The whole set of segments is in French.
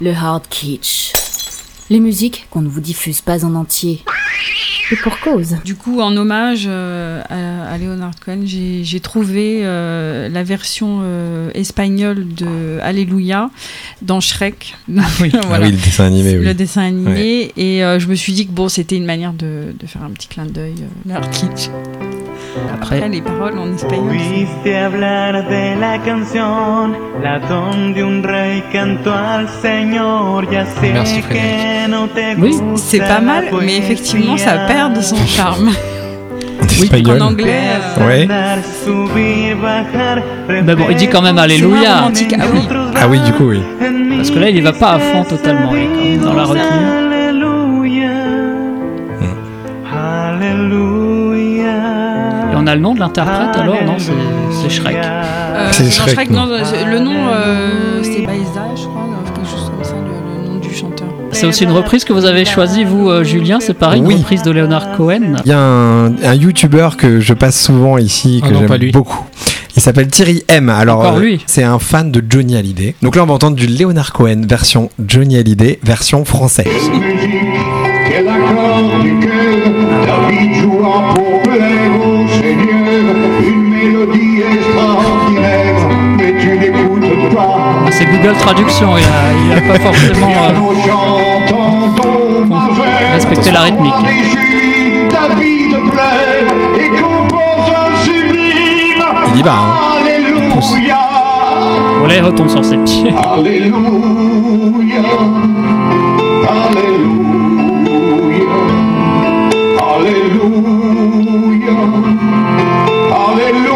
Le hard kitsch. Les musiques qu'on ne vous diffuse pas en entier. Et pour cause. Du coup, en hommage à Leonard Cohen, j'ai trouvé la version espagnole de Alléluia dans Shrek. Oui. Voilà. Ah oui, le dessin animé. Le dessin animé. Ouais. Et je me suis dit que c'était une manière de faire un petit clin d'œil, le hard kitsch. Après, les paroles en espagnol. Oíste hablar de la canción, la don de un rey canto al Señor. Ya sé que no te gusta. Oui, c'est pas mal, mais effectivement, ça perd de son charme. Oui, en anglais. Ouais. Mais bon, il dit quand même Alléluia. Ah oui, du coup, oui. Parce que là, il y va pas à fond totalement. Il est quand même dans la retenue. Et on a le nom de l'interprète alors? Non, c'est Shrek. C'est Shrek. Non, le nom, c'était Baïza, je crois, quelque chose comme ça, le nom du chanteur. C'est aussi une reprise que vous avez choisie, vous, Julien, c'est pareil, une reprise de Leonard Cohen. Il y a un YouTuber que je passe souvent ici, que j'aime beaucoup. Il s'appelle Thierry M. Alors, c'est un fan de Johnny Hallyday. Donc là, on va entendre du Leonard Cohen, version Johnny Hallyday, version française. C'est Google Traduction, il a pas forcément respecté la rythmique. Il y va, hein. Voilà, il retombe sur ses pieds. Alléluia, Alléluia, Alléluia, Alléluia.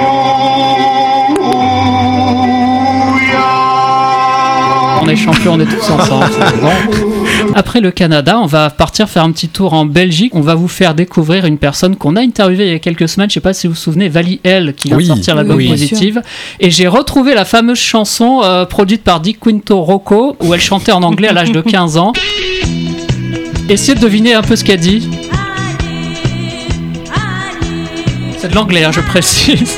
On est champions, on est tous ensemble. Après le Canada, on va partir faire un petit tour en Belgique. On va vous faire découvrir une personne qu'on a interviewée il y a quelques semaines. Je ne sais pas si vous vous souvenez, Vali L, qui vient de sortir l'album Positive. Et j'ai retrouvé la fameuse chanson produite par Di Quinto Rocco, où elle chantait en anglais à l'âge de 15 ans. Essayez de deviner un peu ce qu'elle dit. C'est de l'anglais, hein, je précise.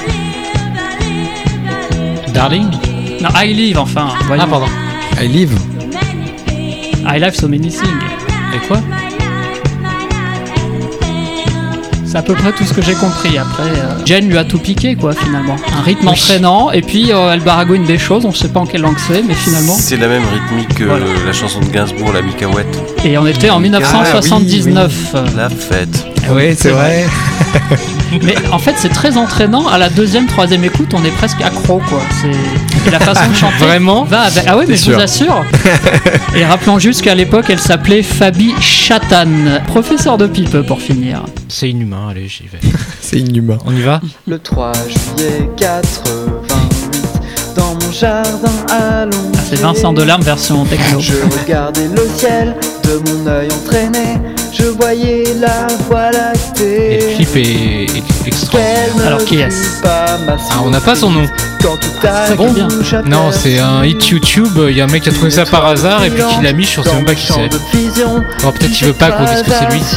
Darling? Non, I Live, enfin. Voyons. Ah, pardon. I Live? I Live So Many Things. Et quoi? C'est à peu près tout ce que j'ai compris. Après, Jen lui a tout piqué, quoi, finalement. Un rythme entraînant, et puis elle baragouine des choses, on ne sait pas en quelle langue c'est, mais finalement... C'est la même rythmique que la chanson de Gainsbourg, la Micaouette. Et on était en 1979. La fête. Oui, c'est vrai. Mais en fait, c'est très entraînant. À la deuxième, troisième écoute, on est presque accro, quoi. Et la façon de chanter vraiment va avec... Ah oui, mais je vous assure. Et rappelons juste qu'à l'époque, elle s'appelait Fabi Chatan, professeur de pipe, pour finir. C'est inhumain, allez, j'y vais. C'est inhumain. On y va? Le 3 juillet 88, dans mon jardin allongé. Ah, c'est Vincent Delerme version techno. Je regardais le ciel de mon œil entraîné. Je voyais la voie lactée. Et le clip est extra. Alors qui est-ce? On n'a pas son nom. C'est bon, bien. Non, c'est un hit YouTube. Il y a un mec qui a trouvé ça par hasard et puis qui l'a mis. Je sais même pas qui c'est. Alors peut-être qu'il veut pas qu'on dise que c'est lui.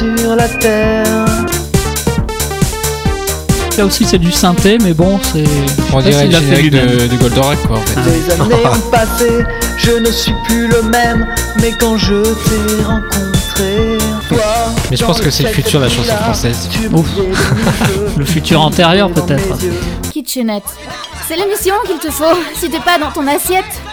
Là aussi c'est du synthé, mais bon, c'est... On dirait le générique de Goldorak, quoi, en fait. Des années ont passé, je ne suis plus le même. Mais quand je t'ai rencontré, toi... Mais je pense que c'est le futur de la chanson française. Ouf. Le futur antérieur, peut-être. Kitchenette. C'est l'émission qu'il te faut. Si t'es pas dans ton assiette,